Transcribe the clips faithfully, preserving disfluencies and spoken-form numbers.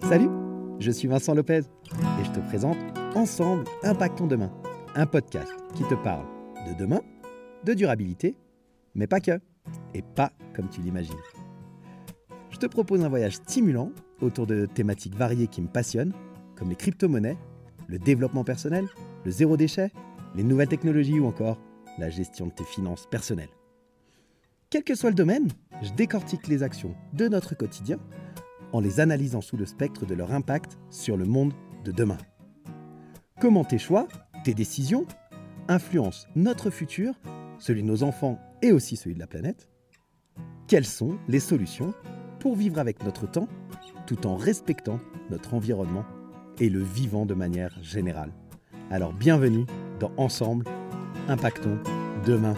Salut, je suis Vincent Lopez et je te présente Ensemble, Impactons Demain, un podcast qui te parle de demain, de durabilité, mais pas que, et pas comme tu l'imagines. Je te propose un voyage stimulant autour de thématiques variées qui me passionnent, comme les crypto-monnaies, le développement personnel, le zéro déchet, les nouvelles technologies ou encore la gestion de tes finances personnelles. Quel que soit le domaine, je décortique les actions de notre quotidien en les analysant sous le spectre de leur impact sur le monde de demain. Comment tes choix, tes décisions, influencent notre futur, celui de nos enfants et aussi celui de la planète? Quelles sont les solutions pour vivre avec notre temps, tout en respectant notre environnement et le vivant de manière générale? Alors bienvenue dans Ensemble, Impactons Demain.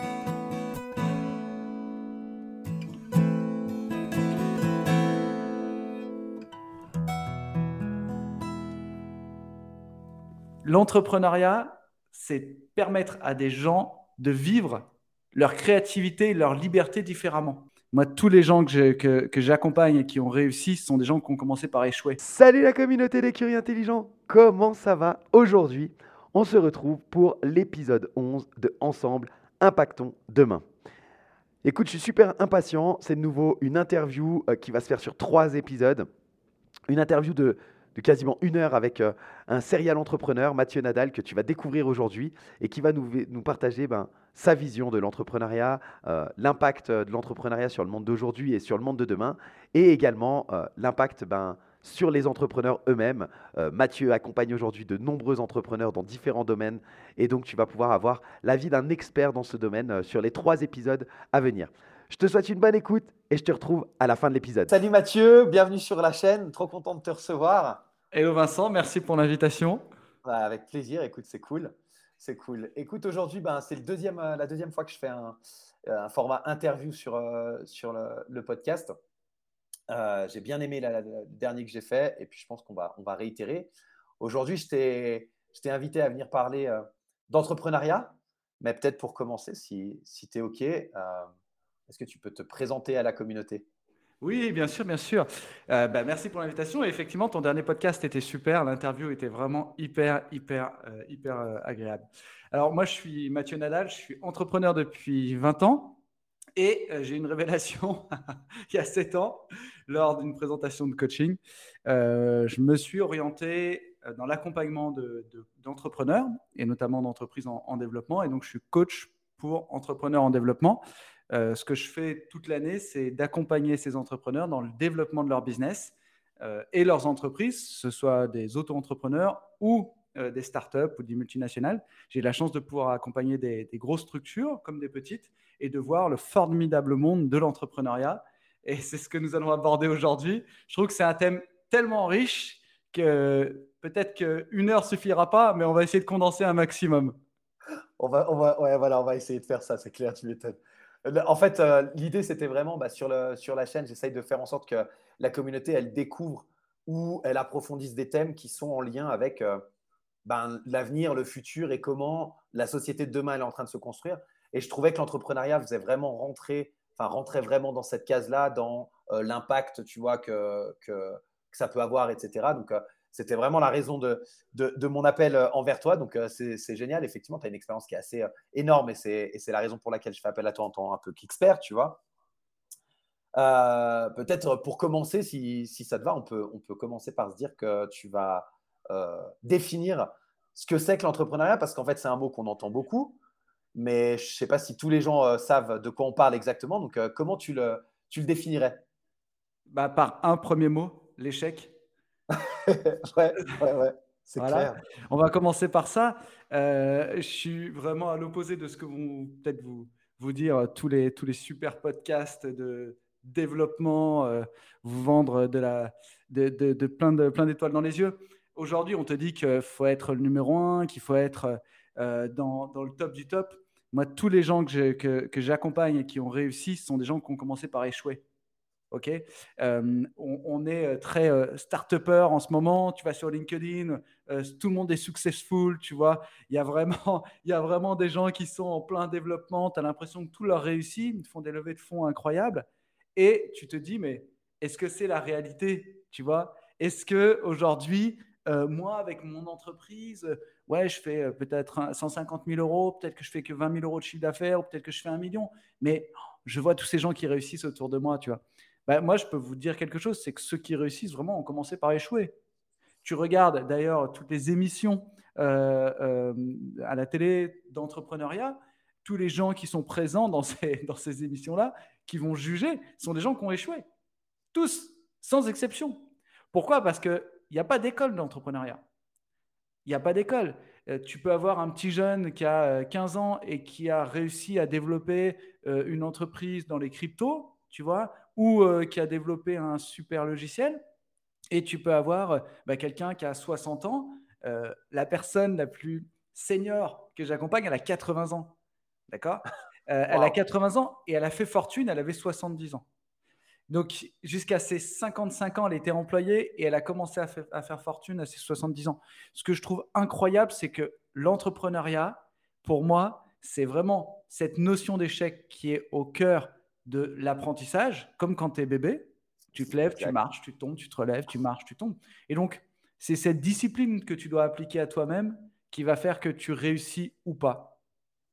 L'entrepreneuriat, c'est permettre à des gens de vivre leur créativité et leur liberté différemment. Moi, tous les gens que, je, que, que j'accompagne et qui ont réussi, ce sont des gens qui ont commencé par échouer. Salut la communauté des curieux intelligents, comment ça va? Aujourd'hui, on se retrouve pour l'épisode onze de Ensemble, Impactons Demain. Écoute, je suis super impatient, c'est de nouveau une interview euh, qui va se faire sur trois épisodes. Une interview de, de quasiment une heure avec euh, un serial entrepreneur, Mathieu Nadal, que tu vas découvrir aujourd'hui et qui va nous, nous partager ben, sa vision de l'entrepreneuriat, euh, l'impact de l'entrepreneuriat sur le monde d'aujourd'hui et sur le monde de demain, et également euh, l'impact ben, sur les entrepreneurs eux-mêmes. Euh, Mathieu accompagne aujourd'hui de nombreux entrepreneurs dans différents domaines, et donc tu vas pouvoir avoir l'avis d'un expert dans ce domaine euh, sur les trois épisodes à venir. Je te souhaite une bonne écoute et je te retrouve à la fin de l'épisode. Salut Mathieu, bienvenue sur la chaîne, trop content de te recevoir. Hello Vincent, merci pour l'invitation. Bah, avec plaisir, écoute, c'est cool. C'est cool. Écoute, aujourd'hui, ben, c'est le deuxième, euh, la deuxième fois que je fais un, un format interview sur, euh, sur le, le podcast. Euh, j'ai bien aimé la, la, le dernier que j'ai fait et puis je pense qu'on va, on va réitérer. Aujourd'hui, je t'ai, je t'ai invité à venir parler euh, d'entrepreneuriat, mais peut-être pour commencer, si, si tu es OK, euh, est-ce que tu peux te présenter à la communauté? Oui, bien sûr, bien sûr. Euh, bah, merci pour l'invitation. Et effectivement, ton dernier podcast était super. L'interview était vraiment hyper, hyper, euh, hyper euh, agréable. Alors, moi, je suis Mathieu Nadal. Je suis entrepreneur depuis vingt ans. Et euh, j'ai une révélation il y a sept ans, lors d'une présentation de coaching. Euh, je me suis orienté dans l'accompagnement de, de, d'entrepreneurs, et notamment d'entreprises en, en développement. Et donc, je suis coach pour entrepreneurs en développement. Euh, ce que je fais toute l'année, c'est d'accompagner ces entrepreneurs dans le développement de leur business euh, et leurs entreprises, que ce soit des auto-entrepreneurs ou euh, des startups ou des multinationales. J'ai la chance de pouvoir accompagner des, des grosses structures comme des petites et de voir le formidable monde de l'entrepreneuriat. Et c'est ce que nous allons aborder aujourd'hui. Je trouve que c'est un thème tellement riche que peut-être qu'une heure ne suffira pas, mais on va essayer de condenser un maximum. On va, on va, ouais, voilà, on va essayer de faire ça, c'est clair, tu m'étonnes. En fait, euh, l'idée, c'était vraiment bah, sur, le, sur la chaîne, j'essaye de faire en sorte que la communauté, elle découvre ou elle approfondisse des thèmes qui sont en lien avec euh, ben, l'avenir, le futur et comment la société de demain elle est en train de se construire. Et je trouvais que l'entrepreneuriat faisait vraiment rentrer, enfin rentrait vraiment dans cette case-là, dans euh, l'impact, tu vois, que, que, que ça peut avoir, et cetera. Donc, euh, c'était vraiment la raison de, de, de mon appel euh, envers toi. Donc, euh, c'est, c'est génial. Effectivement, tu as une expérience qui est assez euh, énorme et c'est, et c'est la raison pour laquelle je fais appel à toi en tant un peu qu'expert, tu vois. Euh, peut-être pour commencer, si, si ça te va, on peut, on peut commencer par se dire que tu vas euh, définir ce que c'est que l'entrepreneuriat, parce qu'en fait, c'est un mot qu'on entend beaucoup, mais je ne sais pas si tous les gens euh, savent de quoi on parle exactement. Donc, euh, comment tu le, tu le définirais? Bah, par un premier mot, l'échec. Ouais, ouais, ouais, c'est Voilà, clair. on va commencer par ça. Euh, je suis vraiment à l'opposé de ce que vont peut-être vous, vous dire tous les, tous les super podcasts de développement, euh, vous vendre de, la, de, de, de, plein de plein d'étoiles dans les yeux. Aujourd'hui, on te dit qu'il faut être le numéro un, qu'il faut être euh, dans, dans le top du top. Moi, tous les gens que, je, que, que j'accompagne et qui ont réussi, ce sont des gens qui ont commencé par échouer. Ok, euh, on, on est très euh, start-upper en ce moment. Tu vas sur LinkedIn, euh, tout le monde est successful, tu vois. Il y a vraiment, il y a vraiment des gens qui sont en plein développement. Tu as l'impression que tout leur réussit, ils font des levées de fonds incroyables. Et tu te dis, mais est-ce que c'est la réalité, tu vois? est-ce qu'aujourd'hui, euh, moi, avec mon entreprise, euh, ouais, je fais euh, peut-être un- cent cinquante mille euros, peut-être que je fais que vingt mille euros de chiffre d'affaires, ou peut-être que je fais un million, mais oh, je vois tous ces gens qui réussissent autour de moi, tu vois. Bah, moi, je peux vous dire quelque chose, c'est que ceux qui réussissent vraiment ont commencé par échouer. Tu regardes d'ailleurs toutes les émissions euh, euh, à la télé d'entrepreneuriat, tous les gens qui sont présents dans ces, dans ces émissions-là, qui vont juger, sont des gens qui ont échoué. Tous, sans exception. Pourquoi? Parce qu'il n'y a pas d'école d'entrepreneuriat. Il n'y a pas d'école. Euh, tu peux avoir un petit jeune qui a euh, quinze ans et qui a réussi à développer euh, une entreprise dans les cryptos, tu vois, ou euh, qui a développé un super logiciel. Et tu peux avoir euh, bah, quelqu'un qui a soixante ans. Euh, la personne la plus senior que j'accompagne, elle a quatre-vingts ans. D'accord? Euh, Elle a Waouh. quatre-vingts ans et elle a fait fortune, elle avait soixante-dix ans. Donc, jusqu'à ses cinquante-cinq ans, elle était employée et elle a commencé à, fa- à faire fortune à ses soixante-dix ans. Ce que je trouve incroyable, c'est que l'entrepreneuriat, pour moi, c'est vraiment cette notion d'échec qui est au cœur de l'apprentissage, comme quand tu es bébé. Tu te lèves, tu Exact. marches, tu tombes, tu te relèves, tu marches, tu tombes. Et donc, c'est cette discipline que tu dois appliquer à toi-même qui va faire que tu réussis ou pas.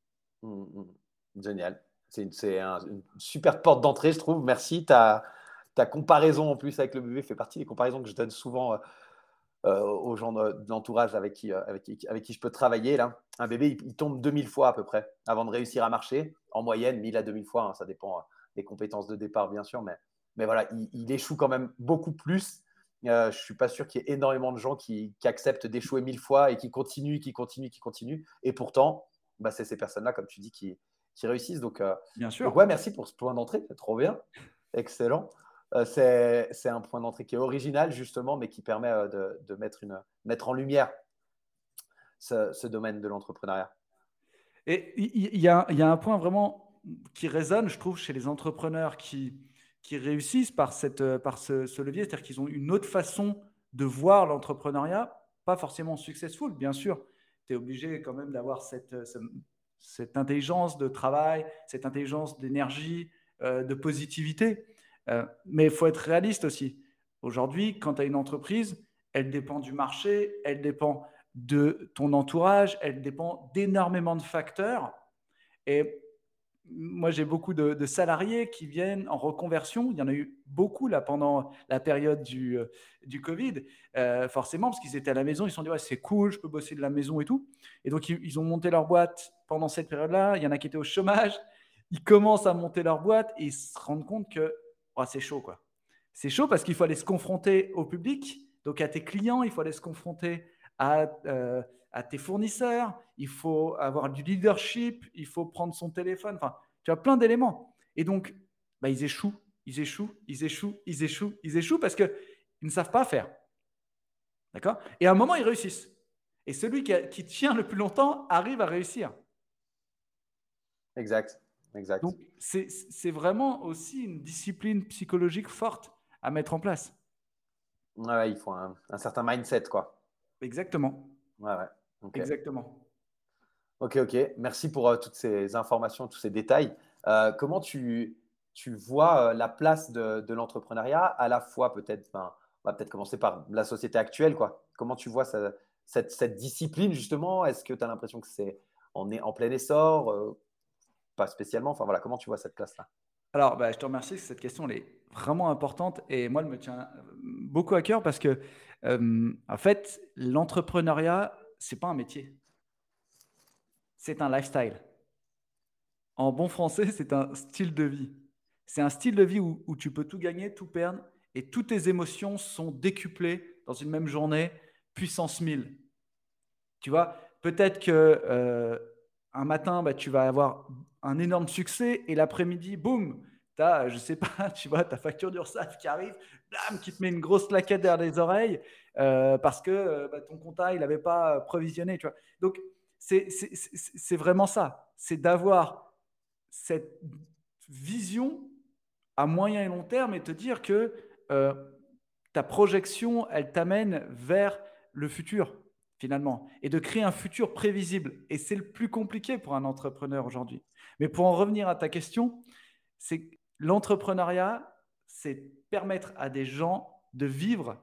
Mm, mm. Génial. C'est une, c'est un- une super porte d'entrée, je trouve. Merci. Ta, ta comparaison en plus avec le bébé fait partie des comparaisons que je donne souvent euh, euh, aux gens de, de l'entourage avec qui, euh, avec, qui, avec qui je peux travailler. Là. Un bébé, il, il tombe deux mille fois à peu près avant de réussir à marcher. En moyenne, mille à deux mille fois. Hein, ça dépend euh, des compétences de départ, bien sûr. Mais, mais voilà, il, il échoue quand même beaucoup plus. Euh, je ne suis pas sûr qu'il y ait énormément de gens qui, qui acceptent d'échouer mille fois et qui continuent, qui continuent, qui continuent. Et pourtant, bah, c'est ces personnes-là, comme tu dis, qui, qui réussissent. Donc, euh, Bien donc, sûr. ouais, merci pour ce point d'entrée. C'est trop bien. Excellent. Euh, c'est, c'est un point d'entrée qui est original, justement, mais qui permet euh, de, de mettre, une, mettre en lumière ce, ce domaine de l'entrepreneuriat. Et il y, y, a, y a un point vraiment qui résonne, je trouve, chez les entrepreneurs qui, qui réussissent par, cette, par ce, ce levier, c'est-à-dire qu'ils ont une autre façon de voir l'entrepreneuriat, pas forcément successful, bien sûr. Tu es obligé quand même d'avoir cette, cette, cette intelligence de travail, cette intelligence d'énergie, euh, de positivité. Euh, mais il faut être réaliste aussi. Aujourd'hui, quand tu as une entreprise, elle dépend du marché, elle dépend de ton entourage, elle dépend d'énormément de facteurs. Et moi, j'ai beaucoup de, de salariés qui viennent en reconversion. Il y en a eu beaucoup là pendant la période du, euh, du Covid, euh, forcément, parce qu'ils étaient à la maison. Ils se sont dit, ouais, c'est cool, je peux bosser de la maison et tout. Et donc, ils, ils ont monté leur boîte pendant cette période-là. Il y en a qui étaient au chômage. Ils commencent à monter leur boîte et ils se rendent compte que oh, c'est chaud, quoi. C'est chaud parce qu'il faut aller se confronter au public, donc à tes clients, il faut aller se confronter à, euh, à tes fournisseurs, il faut avoir du leadership, il faut prendre son téléphone, enfin, tu as plein d'éléments. Et donc, bah, ils échouent, ils échouent, ils échouent, ils échouent, ils échouent parce qu'ils ne savent pas faire. D'accord? Et à un moment, ils réussissent. Et celui qui, a, qui tient le plus longtemps arrive à réussir. Exact, exact. Donc, c'est, c'est vraiment aussi une discipline psychologique forte à mettre en place. Ouais, il faut un, un certain mindset, quoi. Exactement. Ouais, ouais. Ok, Exactement. ok, ok. Merci pour euh, toutes ces informations, tous ces détails. Euh, comment tu, tu vois euh, la place de, de l'entrepreneuriat à la fois peut-être, ben, on va peut-être commencer par la société actuelle, quoi. Comment tu vois ça- cette, cette discipline, justement? Est-ce que tu as l'impression que c'est on est en plein essor? Euh, pas spécialement. Enfin, voilà, comment tu vois cette place-là? Alors, bah, je te remercie, cette question elle est vraiment importante et moi, elle me tient euh, beaucoup à cœur parce que, euh, en fait, l'entrepreneuriat, c'est pas un métier, c'est un lifestyle. En bon français, c'est un style de vie. C'est un style de vie où, où tu peux tout gagner, tout perdre et toutes tes émotions sont décuplées dans une même journée, puissance mille. Tu vois, peut-être que euh, un matin, bah, tu vas avoir un énorme succès et l'après-midi, boum, tu as, je sais pas, tu vois, ta facture d'URSSAF qui arrive, blam, qui te met une grosse claquette derrière les oreilles euh, parce que euh, bah, ton compta, il n'avait pas provisionné, tu vois. Donc, c'est, c'est, c'est, c'est vraiment ça, c'est d'avoir cette vision à moyen et long terme et te dire que euh, ta projection, elle t'amène vers le futur, finalement, et de créer un futur prévisible. Et c'est le plus compliqué pour un entrepreneur aujourd'hui. Mais pour en revenir à ta question, c'est l'entrepreneuriat, c'est permettre à des gens de vivre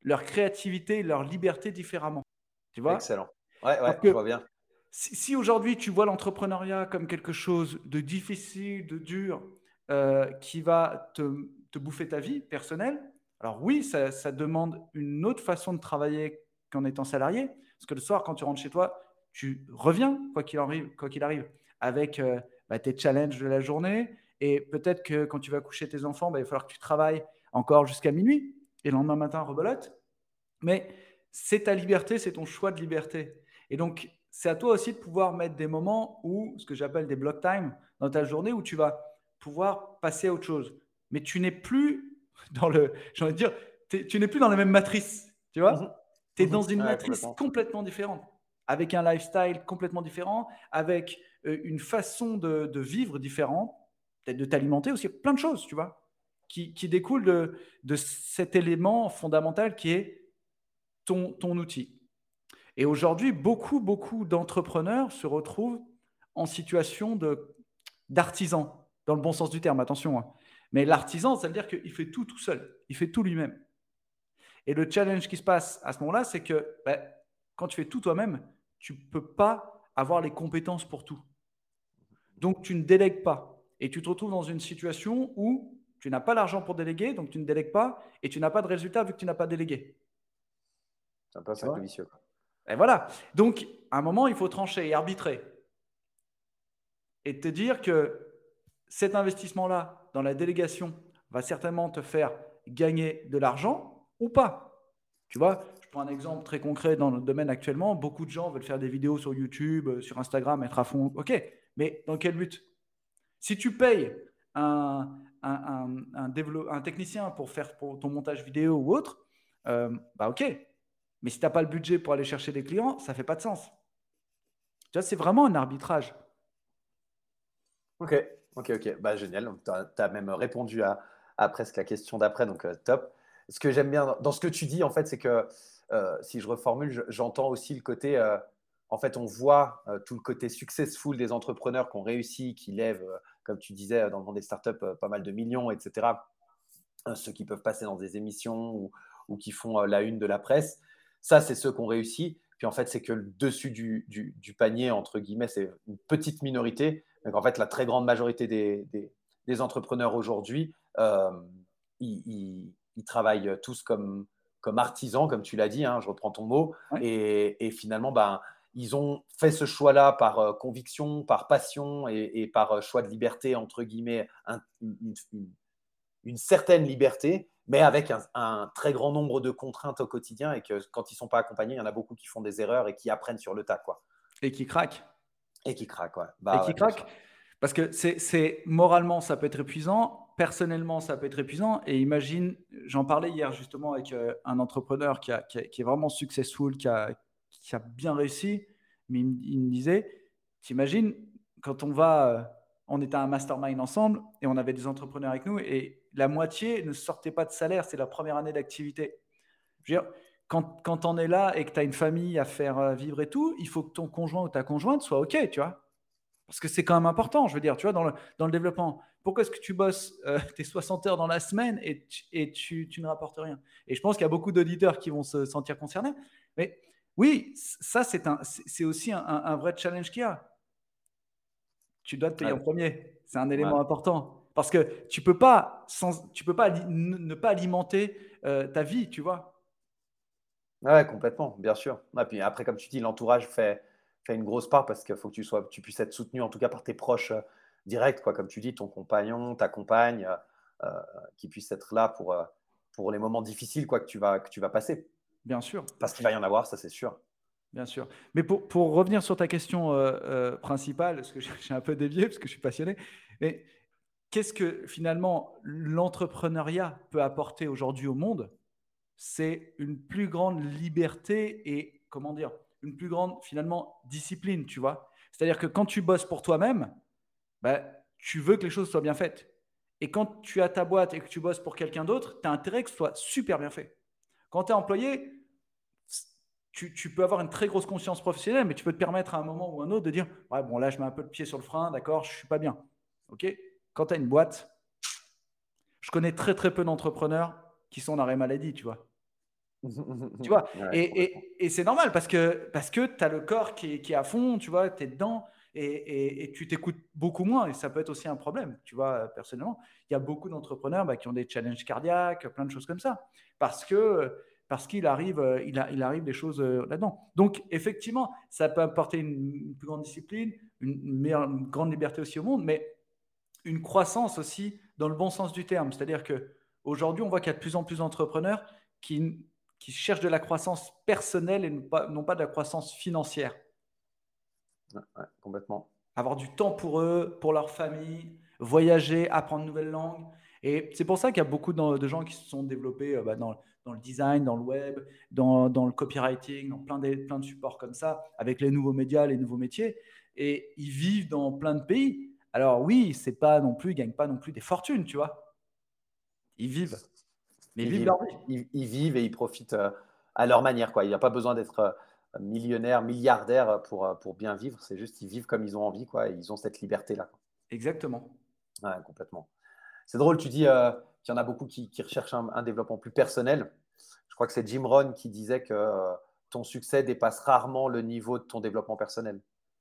leur créativité, leur liberté différemment. Tu vois? Excellent. Ouais, ouais, Parce je que vois bien. si, si aujourd'hui tu vois l'entrepreneuriat comme quelque chose de difficile, de dur, euh, qui va te, te bouffer ta vie personnelle, alors oui, ça, ça demande une autre façon de travailler qu'en étant salarié. Parce que le soir, quand tu rentres chez toi, tu reviens, quoi qu'il arrive, quoi qu'il arrive, avec euh, bah, tes challenges de la journée. Et peut-être que quand tu vas coucher tes enfants, bah, il va falloir que tu travailles encore jusqu'à minuit. Et le lendemain matin, rebelote. Mais c'est ta liberté, c'est ton choix de liberté. Et donc, c'est à toi aussi de pouvoir mettre des moments où, ce que j'appelle des block time dans ta journée, où tu vas pouvoir passer à autre chose. Mais tu n'es plus dans le, j'ai envie de dire, t'es- tu n'es plus dans la même matrice, tu Mhm. vois. Tu es dans Mhm. une Ouais, matrice complètement. complètement différente, avec un lifestyle complètement différent, avec euh, une façon de, de vivre différente, peut-être de t'alimenter aussi, plein de choses, tu vois, qui, qui découlent de, de cet élément fondamental qui est ton, ton outil. Et aujourd'hui, beaucoup, beaucoup d'entrepreneurs se retrouvent en situation de, d'artisan, dans le bon sens du terme, attention, hein. Mais l'artisan, ça veut dire qu'il fait tout tout seul, il fait tout lui-même. Et le challenge qui se passe à ce moment-là, c'est que ben, quand tu fais tout toi-même, tu ne peux pas avoir les compétences pour tout. Donc, tu ne délègues pas. Et tu te retrouves dans une situation où tu n'as pas l'argent pour déléguer, donc tu ne délègues pas, et tu n'as pas de résultat vu que tu n'as pas délégué. C'est un peu un Tu cercle vois? vicieux, quoi. Et voilà. Donc, à un moment, il faut trancher et arbitrer. Et te dire que cet investissement-là dans la délégation va certainement te faire gagner de l'argent ou pas. Tu vois, je prends un exemple très concret dans le domaine actuellement. Beaucoup de gens veulent faire des vidéos sur YouTube, euh, sur Instagram, être à fond. OK, mais dans quel but? Si tu payes un, un, un, un, dévelop- un technicien pour faire pour ton montage vidéo ou autre, euh, bah OK. Mais si tu n'as pas le budget pour aller chercher des clients, ça ne fait pas de sens. Tu vois, c'est vraiment un arbitrage. Ok, ok, ok. Bah, génial. Donc, tu as, même répondu à, à presque la question d'après, donc euh, top. Ce que j'aime bien dans, dans ce que tu dis, en fait, c'est que euh, si je reformule, je- j'entends aussi le côté, euh, en fait, on voit euh, tout le côté successful des entrepreneurs qui ont réussi, qui lèvent, euh, comme tu disais, dans le monde des startups, euh, pas mal de millions, et cetera. Euh, ceux qui peuvent passer dans des émissions ou, ou qui font euh, la une de la presse. Ça, c'est ceux qui ont réussi. Puis en fait, c'est que le dessus du, du, du panier, entre guillemets, c'est une petite minorité. Donc en fait, la très grande majorité des, des, des entrepreneurs aujourd'hui, euh, ils, ils, ils travaillent tous comme, comme artisans, comme tu l'as dit, hein, je reprends ton mot. Ouais. Et, et finalement, ben, ils ont fait ce choix-là par euh, conviction, par passion et, et par euh, choix de liberté, entre guillemets, un, une, une, une certaine liberté, mais avec un, un, très grand nombre de contraintes au quotidien et que quand ils ne sont pas accompagnés, il y en a beaucoup qui font des erreurs et qui apprennent sur le tas, quoi. Et qui craque. Et qui craquent, ouais. Et Bah qui ouais, bien craque. sûr. Parce que c'est, c'est moralement, ça peut être épuisant. Personnellement, ça peut être épuisant. Et imagine, j'en parlais hier justement avec euh, un entrepreneur qui, a, qui, a- qui est vraiment successful, qui a, qui a bien réussi. Mais il, me il me disait, t'imagines, quand on va, euh, on était à un mastermind ensemble et on avait des entrepreneurs avec nous et la moitié ne sortait pas de salaire. C'est la première année d'activité. Je veux dire, quand, quand on est là et que tu as une famille à faire euh, vivre et tout, il faut que ton conjoint ou ta conjointe soit OK, tu vois. Parce que c'est quand même important, je veux dire, tu vois, dans le, dans le développement. Pourquoi est-ce que tu bosses euh, tes soixante heures dans la semaine et, tu, et tu, tu ne rapportes rien? Et je pense qu'il y a beaucoup d'auditeurs qui vont se sentir concernés. Mais oui, ça, c'est, un, c'est, c'est aussi un, un, un vrai challenge qu'il y a. Tu dois te payer en Ouais, premier. C'est un ouais. élément important. Parce que tu ne peux pas, sans, tu peux pas ali- ne, ne pas alimenter euh, ta vie, tu vois. Ouais, complètement, bien sûr. Et puis après, comme tu dis, l'entourage fait, fait une grosse part parce qu'il faut que tu, sois, tu puisses être soutenu, en tout cas par tes proches euh, directs, quoi. Comme tu dis, ton compagnon, ta compagne, euh, euh, qui puissent être là pour, euh, pour les moments difficiles, quoi, que tu vas, que tu vas passer. Bien sûr. Parce qu'il va y en avoir, ça c'est sûr. Bien sûr. Mais pour, pour revenir sur ta question euh, euh, principale, parce que j'ai j'ai un peu dévié, parce que je suis passionné, mais qu'est-ce que finalement l'entrepreneuriat peut apporter aujourd'hui au monde? C'est une plus grande liberté et, comment dire, une plus grande finalement discipline, tu vois. C'est-à-dire que quand tu bosses pour toi-même, bah, tu veux que les choses soient bien faites. Et quand tu as ta boîte et que tu bosses pour quelqu'un d'autre, tu as intérêt que ce soit super bien fait. Quand tu es employé, tu, tu peux avoir une très grosse conscience professionnelle, mais tu peux te permettre à un moment ou un autre de dire ouais, bon, là, je mets un peu le pied sur le frein, d'accord, je ne suis pas bien. OK. Quand tu as une boîte, je connais très, très peu d'entrepreneurs qui sont en arrêt maladie, tu vois. Tu vois, Ouais, et, complètement. et, et c'est normal parce que, parce que tu as le corps qui est, qui est à fond, tu vois, tu es dedans et, et, et tu t'écoutes beaucoup moins. Et ça peut être aussi un problème, tu vois, personnellement. Il y a beaucoup d'entrepreneurs bah, qui ont des challenges cardiaques, plein de choses comme ça, parce que parce qu'il arrive, euh, il, a, il arrive des choses euh, là-dedans. Donc, effectivement, ça peut apporter une, une plus grande discipline, une, une meilleure, une grande liberté aussi au monde, mais une croissance aussi dans le bon sens du terme. C'est-à-dire qu'aujourd'hui, on voit qu'il y a de plus en plus d'entrepreneurs qui, qui cherchent de la croissance personnelle et non pas, non pas de la croissance financière. Ouais, ouais, complètement. Avoir du temps pour eux, pour leur famille, voyager, apprendre de nouvelles langues. Et c'est pour ça qu'il y a beaucoup de, de gens qui se sont développés euh, bah, dans, dans le design, dans le web, dans, dans le copywriting, dans plein de, plein de supports comme ça, avec les nouveaux médias, les nouveaux métiers. Et ils vivent dans plein de pays. Alors oui, c'est pas non plus, ils gagnent pas non plus des fortunes, tu vois. Ils vivent, mais ils Ils vivent vivent, leur vie. ils, ils vivent et ils profitent euh, à leur manière, quoi. Il n'y a pas besoin d'être euh, millionnaire, milliardaire pour, euh, pour bien vivre. C'est juste qu'ils vivent comme ils ont envie, quoi. Et ils ont cette liberté-là, quoi. Exactement. Ouais, complètement. C'est drôle, tu dis euh, qu'il y en a beaucoup qui, qui recherchent un, un développement plus personnel. Je crois que c'est Jim Rohn qui disait que euh, ton succès dépasse rarement le niveau de ton développement personnel.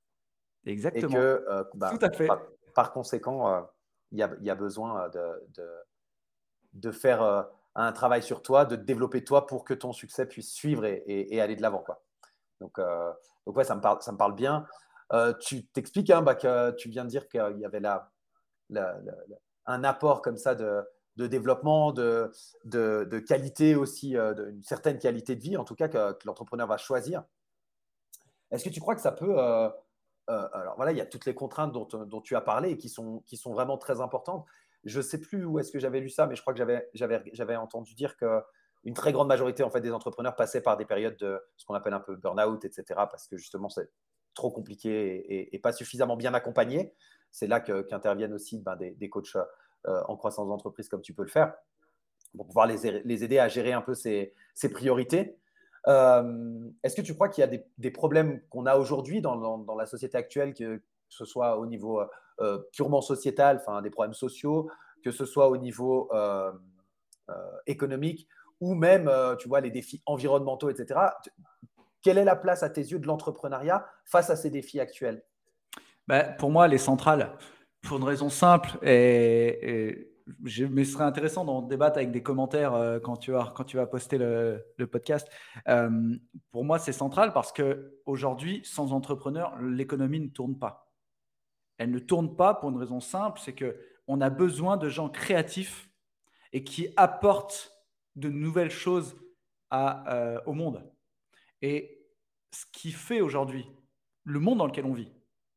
Et Exactement. que euh, Tout bah, à fait. par, par conséquent, euh, il y, a, il y a besoin de, de, de faire euh, un travail sur toi, de te développer toi pour que ton succès puisse suivre et, et, et aller de l'avant, quoi. Donc, euh, donc ouais, ça me parle, ça me parle bien. Euh, tu t'expliques hein, bah, que tu viens de dire qu'il y avait la, la, la, la- un apport comme ça de, de développement, de, de, de qualité aussi, euh, de- une certaine qualité de vie, en tout cas, que, que l'entrepreneur va choisir. Est-ce que tu crois que ça peut… euh, euh, alors voilà, il y a toutes les contraintes dont, dont tu as parlé et qui sont, qui sont vraiment très importantes. Je ne sais plus où est-ce que j'avais lu ça, mais je crois que j'avais, j'avais, j'avais entendu dire qu'une très grande majorité en fait, des entrepreneurs passaient par des périodes de ce qu'on appelle un peu burn-out, et cetera, parce que justement, c'est trop compliqué et, et- et pas suffisamment bien accompagné. C'est là que- qu'interviennent aussi ben, des, des coachs euh, en croissance d'entreprise comme tu peux le faire pour pouvoir les, les aider à gérer un peu ces, ces priorités. Euh, est-ce que tu crois qu'il y a des, des problèmes qu'on a aujourd'hui dans, dans, dans la société actuelle, que, que ce soit au niveau euh, purement sociétal, enfin des problèmes sociaux, que ce soit au niveau euh, euh, économique, ou même, euh, tu vois, les défis environnementaux, et cetera. Quelle est la place à tes yeux de l'entrepreneuriat face à ces défis actuels? Bah, pour moi, elle est centrale pour une raison simple et, et je, mais ce serait intéressant d'en débattre avec des commentaires euh, quand tu vas, quand tu vas poster le, le podcast. Euh, pour moi, c'est central parce que aujourd'hui, sans entrepreneurs, l'économie ne tourne pas. Elle ne tourne pas pour une raison simple, c'est que on a besoin de gens créatifs et qui apportent de nouvelles choses à, euh, au monde. Et ce qui fait aujourd'hui le monde dans lequel on vit,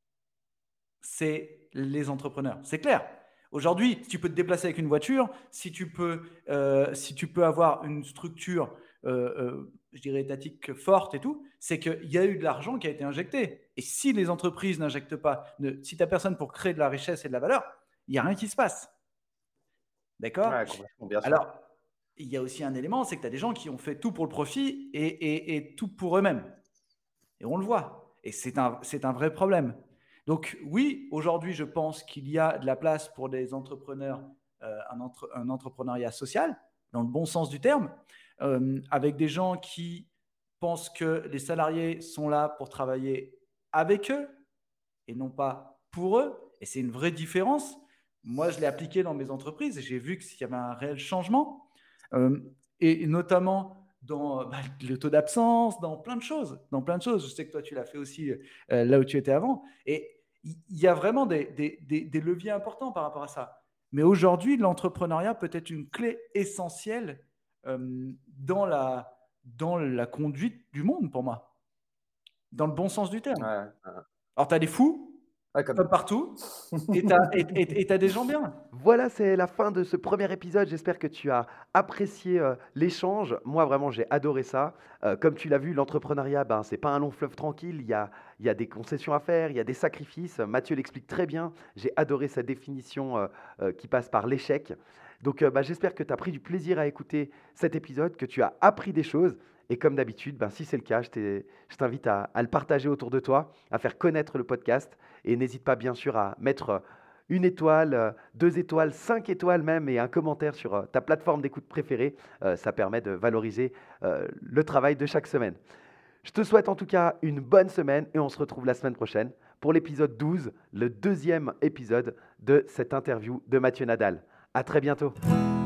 c'est les entrepreneurs. C'est clair. Aujourd'hui, si tu peux te déplacer avec une voiture, si tu peux, euh, si tu peux avoir une structure, euh, euh, je dirais, étatique forte et tout, c'est qu'il y a eu de l'argent qui a été injecté. Et si les entreprises n'injectent pas, ne, si tu n'as personne pour créer de la richesse et de la valeur, il n'y a rien qui se passe. D'accord? Ouais, complètement, bien sûr. Alors, il y a aussi un élément, c'est que tu as des gens qui ont fait tout pour le profit et, et, et tout pour eux-mêmes. Et on le voit. Et c'est un, c'est un vrai problème. Donc oui, aujourd'hui, je pense qu'il y a de la place pour des entrepreneurs, euh, un, entre, un entrepreneuriat social, dans le bon sens du terme, euh, avec des gens qui pensent que les salariés sont là pour travailler avec eux et non pas pour eux. Et c'est une vraie différence. Moi, je l'ai appliqué dans mes entreprises et j'ai vu qu'il y avait un réel changement. Euh, et notamment dans bah, le taux d'absence, dans plein de choses, dans plein de choses. Je sais que toi, tu l'as fait aussi euh, là où tu étais avant. Et il y a vraiment des, des, des, des leviers importants par rapport à ça. Mais aujourd'hui, l'entrepreneuriat peut être une clé essentielle euh, dans, la, dans la conduite du monde pour moi, dans le bon sens du terme. Ouais, Alors, tu as des fous, ouais, comme… comme partout, et tu as, et, et, et t'as des gens bien. Voilà, c'est la fin de ce premier épisode. J'espère que tu as apprécié euh, l'échange. Moi, vraiment, j'ai adoré ça. Euh, comme tu l'as vu, l'entrepreneuriat, ben, c'est pas un long fleuve tranquille. Il y a, il y a des concessions à faire, il y a des sacrifices. Mathieu l'explique très bien. J'ai adoré sa définition euh, euh, qui passe par l'échec. Donc, euh, bah, j'espère que tu as pris du plaisir à écouter cet épisode, que tu as appris des choses. Et comme d'habitude, ben, si c'est le cas, je t'ai- je t'invite à, à le partager autour de toi, à faire connaître le podcast. Et n'hésite pas, bien sûr, à mettre une étoile, euh, deux étoiles, cinq étoiles même et un commentaire sur euh, ta plateforme d'écoute préférée. Euh, ça permet de valoriser euh, le travail de chaque semaine. Je te souhaite en tout cas une bonne semaine et on se retrouve la semaine prochaine pour l'épisode douze, le deuxième épisode de cette interview de Mathieu Nadal. À très bientôt.